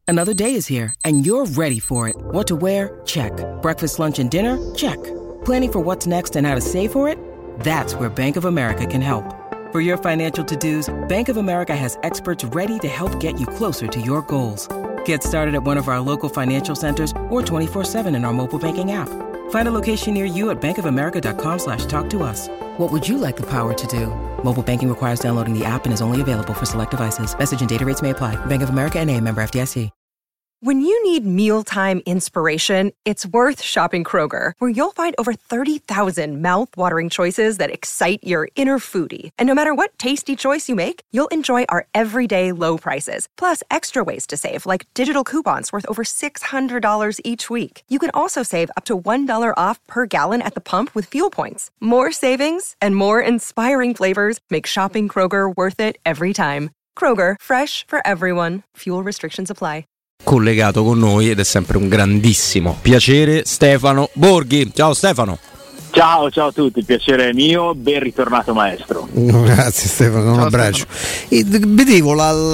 Another day is here, and you're ready for it. What to wear? Check. Breakfast, lunch, and dinner? Check. Planning for what's next and how to save for it? That's where Bank of America can help. For your financial to-dos, Bank of America has experts ready to help get you closer to your goals. Get started at one of our local financial centers or 24/7 in our mobile banking app. Find a location near you at bankofamerica.com/talktous. What would you like the power to do? Mobile banking requires downloading the app and is only available for select devices. Message and data rates may apply. Bank of America N.A., member FDIC. When you need mealtime inspiration, it's worth shopping Kroger, where you'll find over 30,000 mouth-watering choices that excite your inner foodie. And no matter what tasty choice you make, you'll enjoy our everyday low prices, plus extra ways to save, like digital coupons worth over $600 each week. You can also save up to $1 off per gallon at the pump with fuel points. More savings and more inspiring flavors make shopping Kroger worth it every time. Kroger, fresh for everyone. Fuel restrictions apply. Collegato con noi, ed è sempre un grandissimo piacere, Stefano Borghi. Ciao Stefano. Ciao a tutti, il piacere è mio, ben ritornato maestro. Grazie Stefano, un abbraccio. Vedevo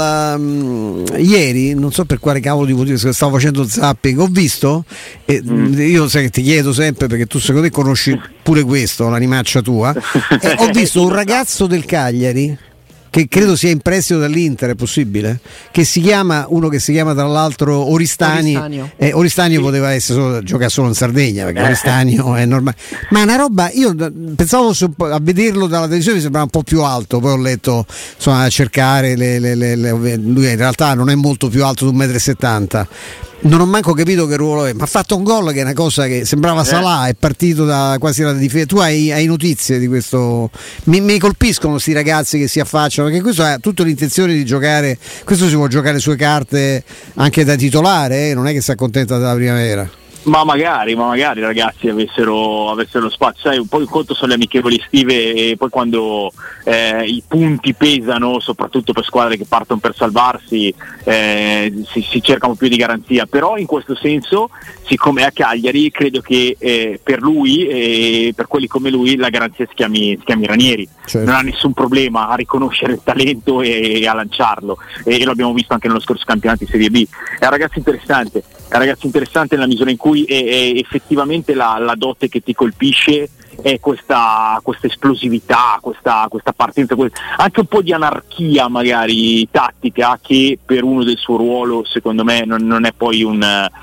ieri, non so per quale cavolo di motivo, stavo facendo zapping, ho visto, io sai che ti chiedo sempre perché tu secondo me conosci pure questo, l'animaccia tua, ho visto un ragazzo del Cagliari che credo sia in prestito dall'Inter, è possibile? Che si chiama tra l'altro Oristanio. Oristanio poteva essere giocare solo in Sardegna, perché Oristanio è normale. Ma una roba, io pensavo a vederlo dalla televisione mi sembrava un po' più alto, poi ho letto, insomma, a cercare lui in realtà non è molto più alto di 1,70 m. Non ho manco capito che ruolo è, ma ha fatto un gol che è una cosa che sembrava Salah, è partito da quasi la difesa. Tu hai notizie di questo? Mi colpiscono questi ragazzi che si affacciano, perché questo ha tutta l'intenzione di giocare, questo si può giocare sue carte anche da titolare, non è che si accontenta della primavera. Ma magari ragazzi avessero spazio, sai, un po' il conto sono le amichevoli estive e poi quando i punti pesano, soprattutto per squadre che partono per salvarsi, si cerca un po' più di garanzia, però in questo senso, siccome è a Cagliari, credo che per lui e per quelli come lui la garanzia si chiami Ranieri. Certo. Non ha nessun problema a riconoscere il talento e a lanciarlo, e lo abbiamo visto anche nello scorso campionato di Serie B. È un ragazzo interessante nella misura in cui effettivamente la dote che ti colpisce è questa esplosività, questa partenza, anche un po' di anarchia magari tattica, che per uno del suo ruolo secondo me non è poi un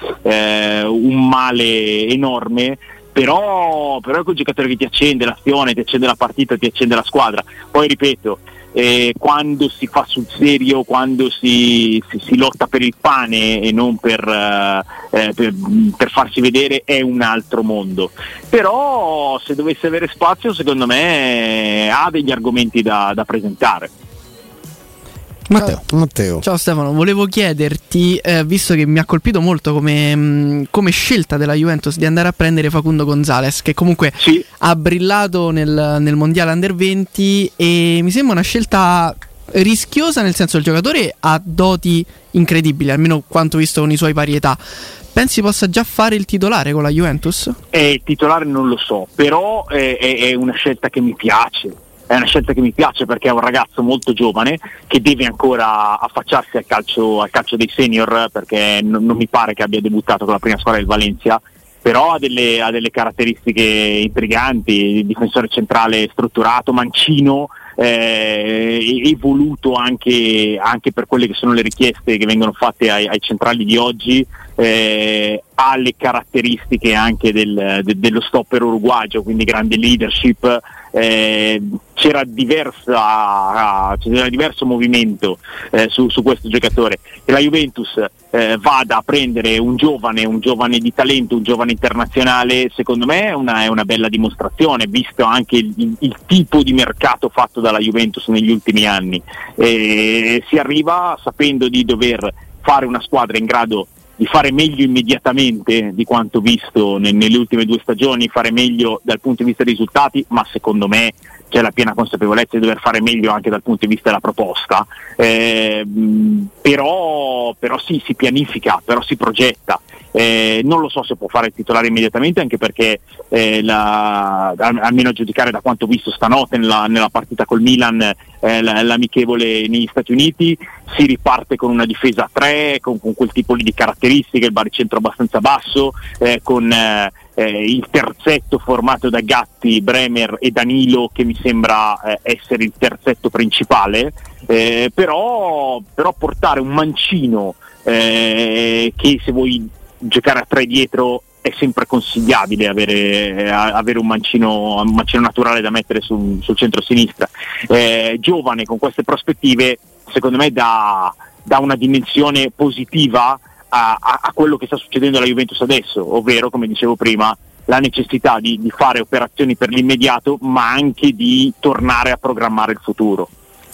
male enorme, però è quel giocatore che ti accende l'azione, ti accende la partita, ti accende la squadra. Poi ripeto, quando si fa sul serio, quando si lotta per il pane e non per farsi vedere, è un altro mondo. Però se dovesse avere spazio, secondo me ha degli argomenti da presentare. Matteo. Ciao Stefano, volevo chiederti, visto che mi ha colpito molto come scelta della Juventus di andare a prendere Facundo Gonzalez, che comunque ha brillato nel mondiale Under 20, e mi sembra una scelta rischiosa, nel senso il giocatore ha doti incredibili, almeno quanto visto con i suoi varietà. Pensi possa già fare il titolare con la Juventus? Il titolare non lo so, però è una scelta che mi piace. È una scelta che mi piace perché è un ragazzo molto giovane che deve ancora affacciarsi al calcio dei senior, perché non mi pare che abbia debuttato con la prima squadra del Valencia, però ha delle caratteristiche intriganti, difensore centrale strutturato, mancino, evoluto anche per quelle che sono le richieste che vengono fatte ai centrali di oggi, ha le caratteristiche anche dello stopper uruguagio, quindi grande leadership. C'era diverso movimento su questo giocatore, e la Juventus vada a prendere un giovane di talento, un giovane internazionale, secondo me è una bella dimostrazione, visto anche il tipo di mercato fatto dalla Juventus negli ultimi anni. Si arriva sapendo di dover fare una squadra in grado di fare meglio immediatamente di quanto visto nelle ultime 2 stagioni, fare meglio dal punto di vista dei risultati, ma secondo me c'è la piena consapevolezza di dover fare meglio anche dal punto di vista della proposta, però sì, si pianifica, però si progetta. Non lo so se può fare il titolare immediatamente, anche perché almeno a giudicare da quanto visto stanotte nella partita col Milan, l'amichevole negli Stati Uniti, si riparte con una difesa a 3, con quel tipo lì di caratteristiche, il baricentro abbastanza basso, con il terzetto formato da Gatti, Bremer e Danilo, che mi sembra essere il terzetto principale, però portare un mancino che, se vuoi giocare a 3 dietro, è sempre consigliabile avere un mancino naturale da mettere sul centro-sinistra, giovane, con queste prospettive, secondo me dà una dimensione positiva a quello che sta succedendo alla Juventus adesso, ovvero, come dicevo prima, la necessità di fare operazioni per l'immediato, ma anche di tornare a programmare il futuro.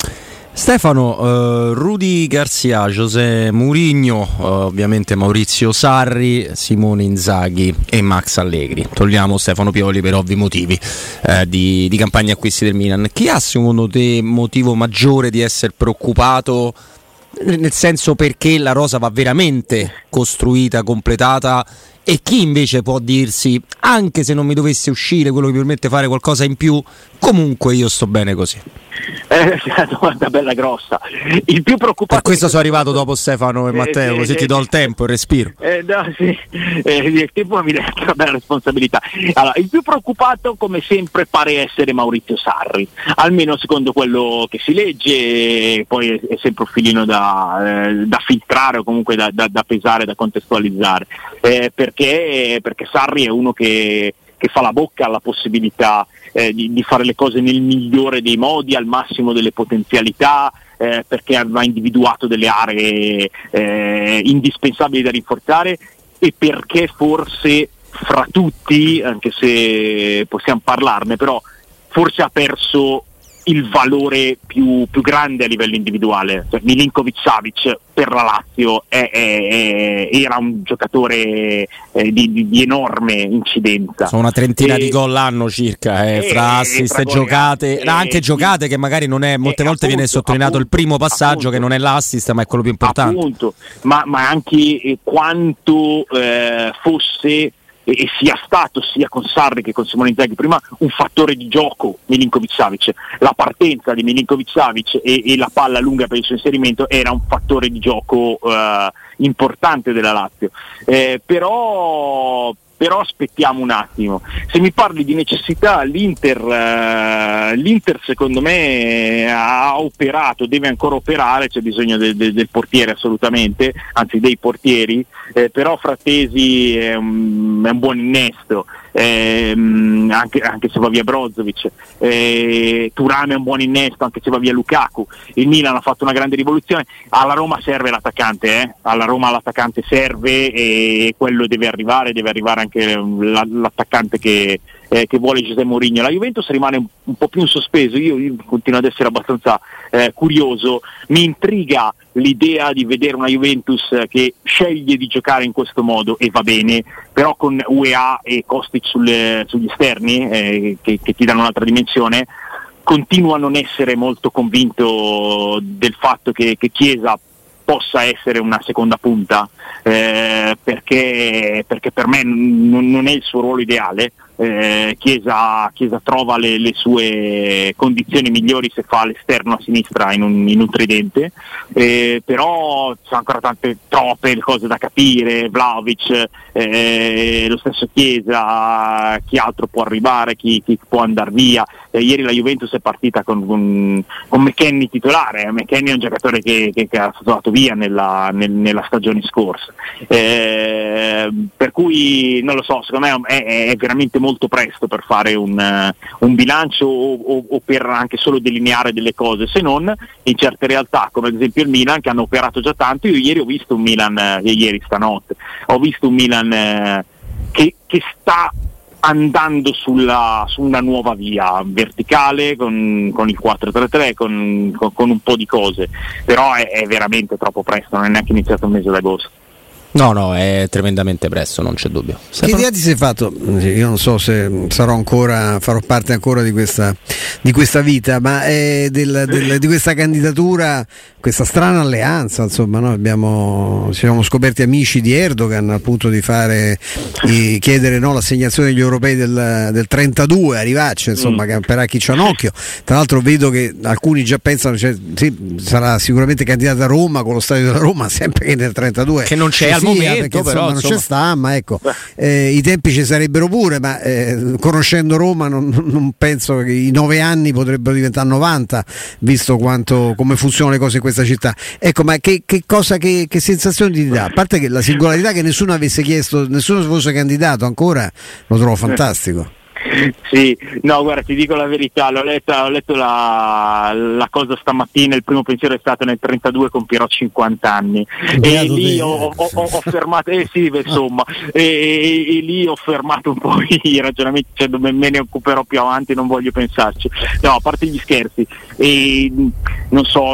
Stefano, Rudy Garcia, José Mourinho, ovviamente Maurizio Sarri, Simone Inzaghi e Max Allegri. Togliamo Stefano Pioli per ovvi motivi di campagna acquisti del Milan. Chi ha secondo te motivo maggiore di essere preoccupato? Nel senso, perché la rosa va veramente costruita, completata, e chi invece può dirsi, anche se non mi dovesse uscire quello che mi permette di fare qualcosa in più, comunque io sto bene così? È una domanda bella grossa. Il più preoccupato, per questo sono arrivato dopo Stefano e Matteo, così ti do il tempo e respiro. No, sì. Il tempo mi dà una bella responsabilità. Allora, il più preoccupato, come sempre, pare essere Maurizio Sarri, almeno secondo quello che si legge. Poi è sempre un filino da filtrare, o comunque da pesare, da contestualizzare, perché Sarri è uno che fa la bocca alla possibilità di fare le cose nel migliore dei modi, al massimo delle potenzialità, perché aveva individuato delle aree indispensabili da rinforzare, e perché forse fra tutti, anche se possiamo parlarne, però forse ha perso il valore più grande a livello individuale. Milinkovic-Savic per la Lazio era un giocatore di enorme incidenza. Sono una trentina di gol l'anno circa, fra assist e giocate, anche giocate, che magari non è, molte volte viene sottolineato il primo passaggio, che non è l'assist ma è quello più importante. Appunto, ma anche quanto fosse e sia stato, sia con Sarri che con Simone Inzaghi prima, un fattore di gioco Milinkovic-Savic. La partenza di Milinkovic-Savic e la palla lunga per il suo inserimento era un fattore di gioco importante della Lazio, però aspettiamo un attimo. Se mi parli di necessità, l'Inter secondo me ha operato, deve ancora operare, c'è bisogno del portiere assolutamente, anzi dei portieri, però Frattesi è un buon innesto, anche se va via Brozovic, Thuram è un buon innesto anche se va via Lukaku. Il Milan ha fatto una grande rivoluzione, alla Roma serve l'attaccante, alla Roma l'attaccante serve, e quello deve arrivare anche l'attaccante che vuole José Mourinho. La Juventus rimane un po' più in sospeso, io continuo ad essere abbastanza curioso, mi intriga l'idea di vedere una Juventus che sceglie di giocare in questo modo, e va bene, però con UEA e Kostic sugli esterni, che ti danno un'altra dimensione. Continuo a non essere molto convinto del fatto che Chiesa possa essere una seconda punta, perché per me non è il suo ruolo ideale. Chiesa trova le sue condizioni migliori se fa l'esterno a sinistra in un tridente, però ci sono ancora troppe cose da capire. Vlahovic, lo stesso Chiesa, chi altro può arrivare, chi può andare via. Ieri la Juventus è partita con McKennie titolare. McKennie è un giocatore che è stato dato via nella stagione scorsa, per cui non lo so, secondo me è veramente molto presto per fare un bilancio o per anche solo delineare delle cose, se non in certe realtà come ad esempio il Milan, che hanno operato già tanto. Io ieri ho visto un Milan, stanotte ho visto un Milan che sta andando su una nuova via verticale con il 4-3-3, con un po' di cose, però è veramente troppo presto, non è neanche iniziato il mese d'agosto. No, è tremendamente presto, non c'è dubbio. Che idea ti sei fatto? Io non so se farò parte ancora di questa vita, ma di questa candidatura, questa strana alleanza, insomma, noi ci siamo scoperti amici di Erdogan al punto di chiedere l'assegnazione degli europei del 32 a Rivaccia, insomma, per chi c'ha un occhio. Tra l'altro vedo che alcuni già pensano, sarà sicuramente candidata a Roma con lo stadio della Roma, sempre che nel 32 che non c'è al momento, perché però non c'è sta, ma ecco, i tempi ci sarebbero pure, ma conoscendo Roma non penso che i 9 anni potrebbero diventare 90, visto come funzionano le cose in questa città. Ecco, ma che sensazione ti dà? A parte che la singolarità che nessuno avesse chiesto, nessuno fosse candidato ancora, lo trovo fantastico. Sì, no, guarda, ti dico la verità, l'ho letto la cosa stamattina, il primo pensiero è stato: nel 32 compierò 50 anni e lì ho fermato, insomma, e lì ho fermato un po' i ragionamenti, cioè me ne occuperò più avanti, non voglio pensarci. No, a parte gli scherzi, non so,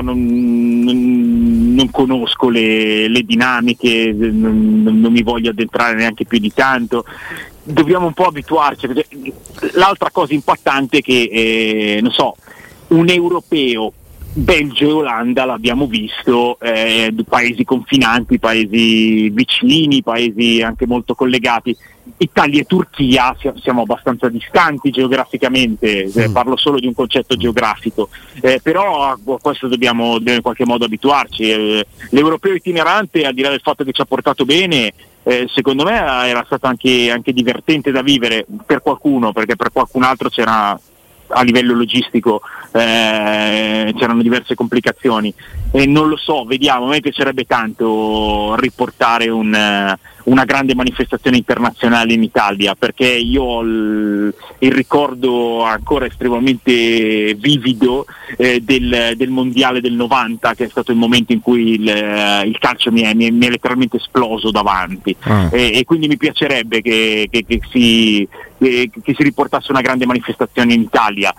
non conosco le dinamiche, non mi voglio addentrare neanche più di tanto. Dobbiamo un po' abituarci, perché l'altra cosa impattante è che un europeo, Belgio e Olanda, l'abbiamo visto, paesi confinanti, paesi vicini, paesi anche molto collegati. Italia e Turchia siamo abbastanza distanti geograficamente, parlo solo di un concetto geografico, però a questo dobbiamo in qualche modo abituarci. L'europeo itinerante, al di là del fatto che ci ha portato bene, secondo me era stato anche divertente da vivere per qualcuno, perché per qualcun altro c'era, a livello logistico, c'erano diverse complicazioni, e non lo so, vediamo. A me piacerebbe tanto riportare una grande manifestazione internazionale in Italia, perché io ho il ricordo ancora estremamente vivido del mondiale del 90, che è stato il momento in cui il calcio mi è letteralmente esploso davanti, e quindi mi piacerebbe che si riportasse una grande manifestazione in Italia.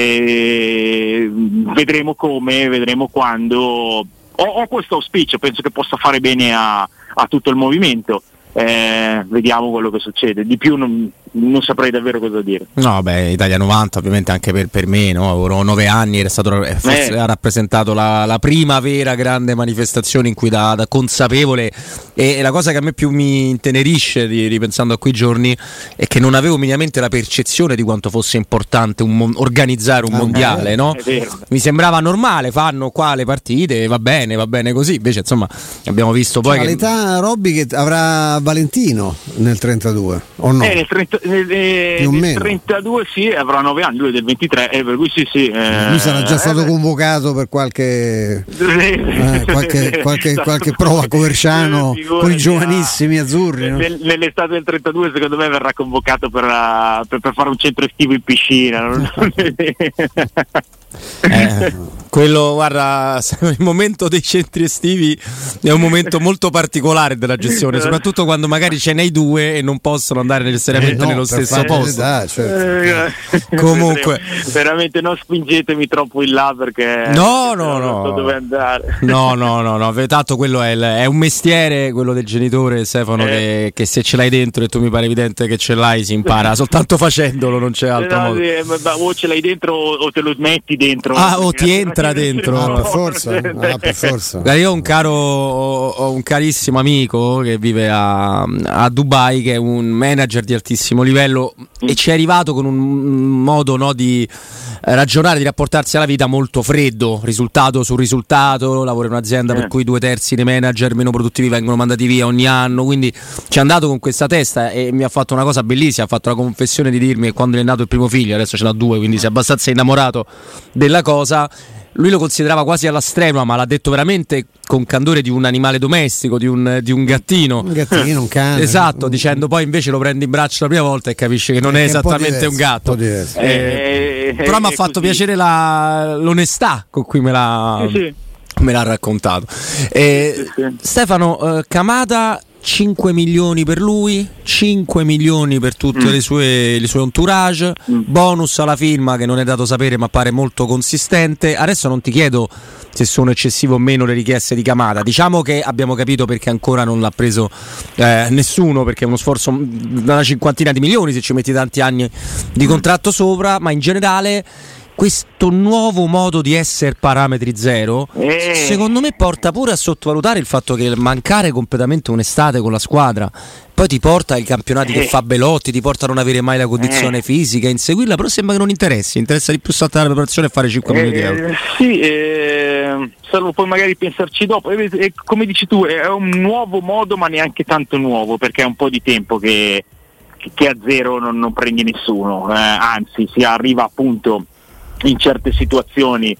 Vedremo quando. Ho questo auspicio, penso che possa fare bene a tutto il movimento. Vediamo quello che succede. Di più non saprei davvero cosa dire. No, Italia 90 ovviamente anche per me, no? Ero 9 anni, ha rappresentato la prima vera grande manifestazione in cui da consapevole, e la cosa che a me più mi intenerisce ripensando a quei giorni è che non avevo minimamente la percezione di quanto fosse importante organizzare un mondiale, no? Mi sembrava normale, fanno qua le partite, va bene così. Invece insomma abbiamo visto poi l'età Robby che avrà Valentino nel 32 o no? Nel 32 sì, avrà 9 anni, lui è del 23, per cui sì. Lui sarà già stato convocato per qualche prova a Coverciano con i giovanissimi azzurri, no? Nell'estate del 32 secondo me verrà convocato per fare un centro estivo in piscina. Quello, guarda, il momento dei centri estivi è un momento molto particolare della gestione, soprattutto quando magari ce n'hai due e non possono andare necessariamente nello stesso posto. Certo. Comunque veramente non spingetemi troppo in là, perché no. Non so dove andare. No, tanto quello è un mestiere, quello del genitore, Stefano, che se ce l'hai dentro, e tu mi pare evidente che ce l'hai, si impara soltanto facendolo, non c'è altro modo. O ce l'hai dentro o te lo metti dentro. O ti entra dentro. Per forza. Io ho un carissimo amico che vive a Dubai, che è un manager di altissimo livello, e ci è arrivato con un modo, no, di ragionare, di rapportarsi alla vita molto freddo, risultato su risultato. Lavora in un'azienda per cui 2/3 dei manager meno produttivi vengono mandati via ogni anno, quindi ci è andato con questa testa, e mi ha fatto una cosa bellissima, ha fatto la confessione di dirmi che quando gli è nato il primo figlio, adesso ce n'ha 2, quindi si è abbastanza innamorato della cosa. Lui lo considerava quasi alla strenua, ma l'ha detto veramente con candore, di un animale domestico, di un gattino. Un gattino, un cane. Esatto, dicendo poi invece lo prendi in braccio la prima volta e capisci che non è esattamente un gatto. Però mi ha fatto piacere l'onestà con cui me l'ha raccontato. Stefano, Kamada, 5 milioni per lui, 5 milioni per tutte le sue entourage, bonus alla firma che non è dato sapere ma pare molto consistente. Adesso non ti chiedo se sono eccessive o meno le richieste di Kamada. Diciamo che abbiamo capito perché ancora non l'ha preso nessuno, perché è uno sforzo da una 50 di milioni se ci metti tanti anni di contratto sopra, ma in generale questo nuovo modo di essere parametri zero secondo me porta pure a sottovalutare il fatto che mancare completamente un'estate con la squadra poi ti porta ai campionati che fa Belotti, ti porta a non avere mai la condizione fisica, inseguirla, però sembra che non interessa di più saltare la preparazione e fare 5 milioni di euro. Sì, salvo poi magari pensarci dopo. Come dici tu, è un nuovo modo, ma neanche tanto nuovo, perché è un po' di tempo che a zero non prendi nessuno, anzi si arriva appunto in certe situazioni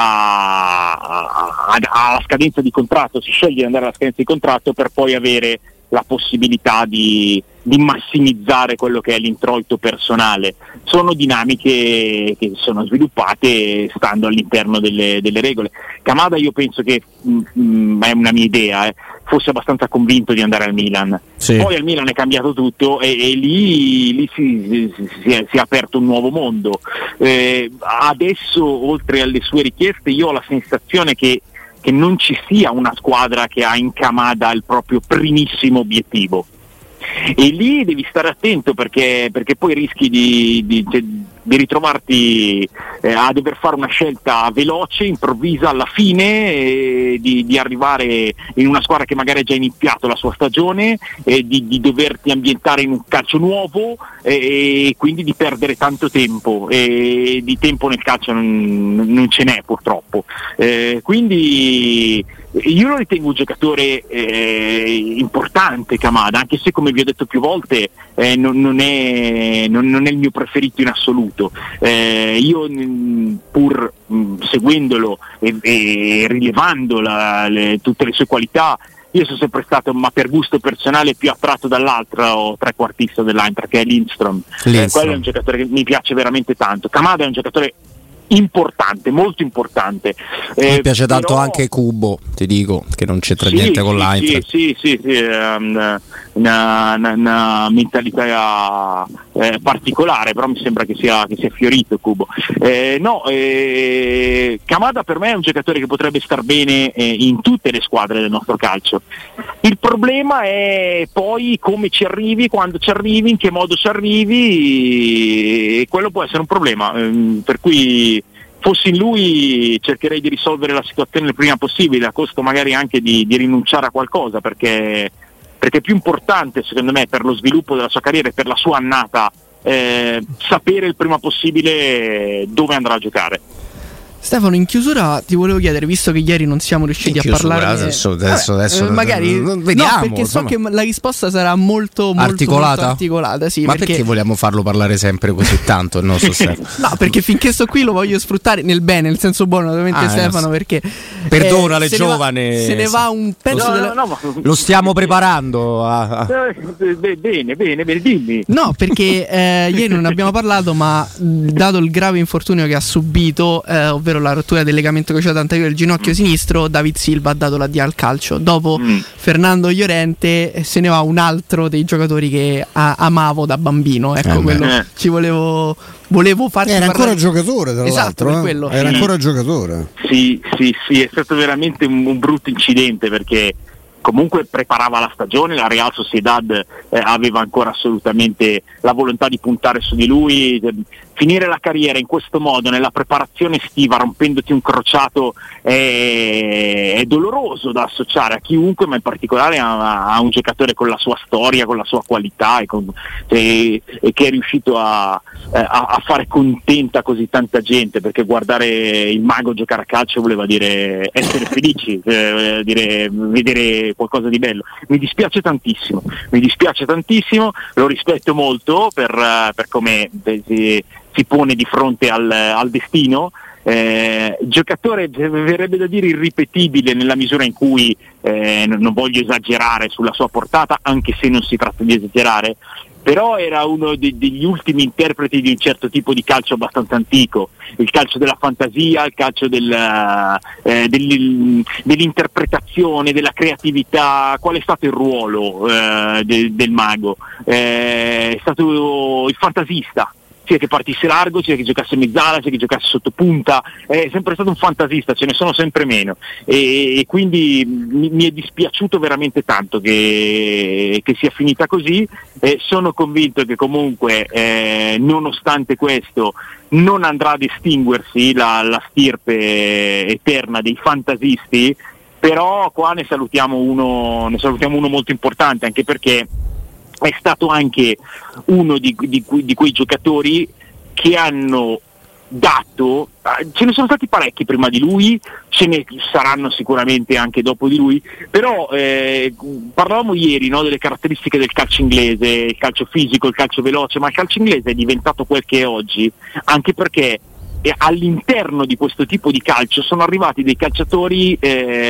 alla scadenza di contratto, si sceglie di andare alla scadenza di contratto per poi avere la possibilità di massimizzare quello che è l'introito personale. Sono dinamiche che sono sviluppate stando all'interno delle regole. Kamada, io penso che è una mia idea, fosse abbastanza convinto di andare al Milan. Sì. Poi al Milan è cambiato tutto e lì si è aperto un nuovo mondo. Adesso, oltre alle sue richieste, io ho la sensazione che non ci sia una squadra che ha in Kamada il proprio primissimo obiettivo, e lì devi stare attento perché poi rischi di ritrovarti a dover fare una scelta veloce, improvvisa alla fine, di arrivare in una squadra che magari ha già iniziato la sua stagione, di doverti ambientare in un calcio nuovo e quindi di perdere tanto tempo, e di tempo nel calcio non ce n'è purtroppo, quindi io lo ritengo un giocatore importante, Kamada, anche se, come vi ho detto più volte, non è il mio preferito in assoluto. Io, pur seguendolo e rilevando tutte le sue qualità, io sono sempre stato, ma per gusto personale, più attratto dall'altro trequartista dell'Eintracht, che è Lindström. Quello è un giocatore che mi piace veramente tanto. Kamada è un giocatore importante, molto importante. Mi piace tanto anche Kubo, ti dico, che non c'entra niente con l'Eintracht. Sì, una mentalità particolare, però mi sembra che sia fiorito Kubo. Kamada per me è un giocatore che potrebbe star bene in tutte le squadre del nostro calcio. Il problema è poi come ci arrivi, quando ci arrivi, in che modo ci arrivi, e quello può essere un problema, per cui fossi in lui cercherei di risolvere la situazione il prima possibile, a costo magari anche di rinunciare a qualcosa, perché è più importante, secondo me, per lo sviluppo della sua carriera e per la sua annata, sapere il prima possibile dove andrà a giocare. Stefano, in chiusura ti volevo chiedere, visto che ieri non siamo riusciti a parlare adesso magari vediamo, no, perché so che la risposta sarà molto articolata, sì, ma perché vogliamo farlo parlare sempre così tanto il nostro Stefano? No, perché finché sto qui lo voglio sfruttare nel bene, nel senso buono, ovviamente, Stefano, perché perdonale, giovane, se ne va un pezzo lo stiamo preparando bene, dimmi. No, perché ieri non abbiamo parlato, ma dato il grave infortunio che ha subito, ovvero la rottura del legamento crociato anteriore del ginocchio sinistro, David Silva ha dato l'addio al calcio. Dopo Fernando Llorente se ne va un altro dei giocatori che amavo da bambino. Ecco, quello ci volevo farci era parlare. Ancora giocatore, tra esatto, l'altro. Era ancora giocatore. Sì, è stato veramente un brutto incidente, perché comunque preparava la stagione, la Real Sociedad aveva ancora assolutamente la volontà di puntare su di lui. Finire la carriera in questo modo, nella preparazione estiva, rompendoti un crociato, è doloroso da associare a chiunque, ma in particolare a un giocatore con la sua storia, con la sua qualità, e che è riuscito a fare contenta così tanta gente, perché guardare il mago giocare a calcio voleva dire essere felici, dire vedere qualcosa di bello. Mi dispiace tantissimo, lo rispetto molto per come si pone di fronte al destino. Giocatore, verrebbe da dire, irripetibile, nella misura in cui non voglio esagerare sulla sua portata, anche se non si tratta di esagerare, però era uno degli ultimi interpreti di un certo tipo di calcio abbastanza antico, il calcio della fantasia, il calcio dell'interpretazione, della creatività. Qual è stato il ruolo del mago? È stato il fantasista, sia che partisse largo, sia che giocasse mezzala, sia che giocasse sotto punta, è sempre stato un fantasista, ce ne sono sempre meno, e quindi mi è dispiaciuto veramente tanto che sia finita così. Sono convinto che comunque nonostante questo non andrà ad estinguersi la stirpe eterna dei fantasisti, però qua ne salutiamo uno molto importante, anche perché è stato anche uno di quei giocatori che hanno dato, ce ne sono stati parecchi prima di lui, ce ne saranno sicuramente anche dopo di lui, però parlavamo ieri, no, delle caratteristiche del calcio inglese, il calcio fisico, il calcio veloce, ma il calcio inglese è diventato quel che è oggi anche perché all'interno di questo tipo di calcio sono arrivati dei calciatori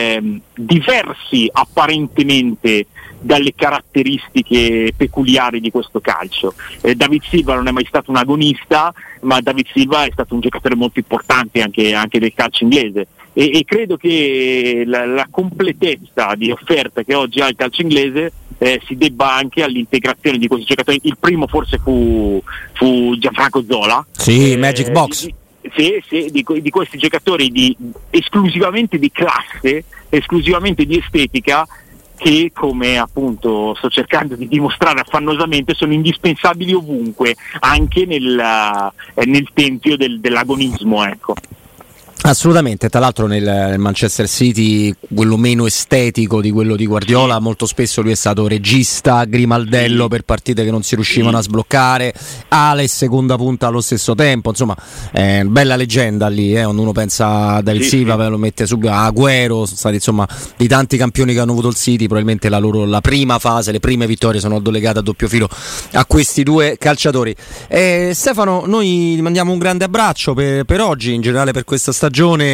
diversi apparentemente dalle caratteristiche peculiari di questo calcio. David Silva non è mai stato un agonista, ma David Silva è stato un giocatore molto importante anche del calcio inglese, e credo che la completezza di offerta che oggi ha il calcio inglese si debba anche all'integrazione di questi giocatori. Il primo forse fu Gianfranco Zola, Magic Box. Sì, di questi giocatori esclusivamente di classe, esclusivamente di estetica, che, come appunto sto cercando di dimostrare affannosamente, sono indispensabili ovunque, anche nel tempio dell'agonismo, ecco. Assolutamente, tra l'altro nel Manchester City, quello meno estetico di quello di Guardiola, molto spesso lui è stato regista, grimaldello per partite che non si riuscivano a sbloccare, ala e seconda punta allo stesso tempo, insomma bella leggenda lì, quando uno pensa a David Silva lo mette subito, a Agüero, sono stati insomma di tanti campioni che hanno avuto il City, probabilmente la prima fase, le prime vittorie sono legate a doppio filo a questi due calciatori. Stefano, noi ti mandiamo un grande abbraccio per oggi, in generale per questa stagione,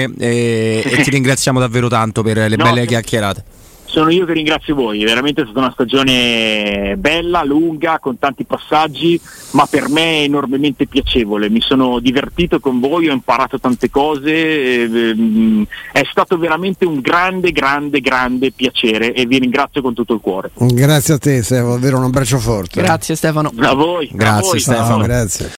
e ti ringraziamo davvero tanto per le belle chiacchierate. Sono io che ringrazio voi, veramente è stata una stagione bella, lunga, con tanti passaggi, ma per me enormemente piacevole. Mi sono divertito con voi, ho imparato tante cose, è stato veramente un grande piacere, e vi ringrazio con tutto il cuore. Grazie a te Stefano, davvero un abbraccio forte. Grazie Stefano. A voi. Grazie, a voi. Stefano. Grazie.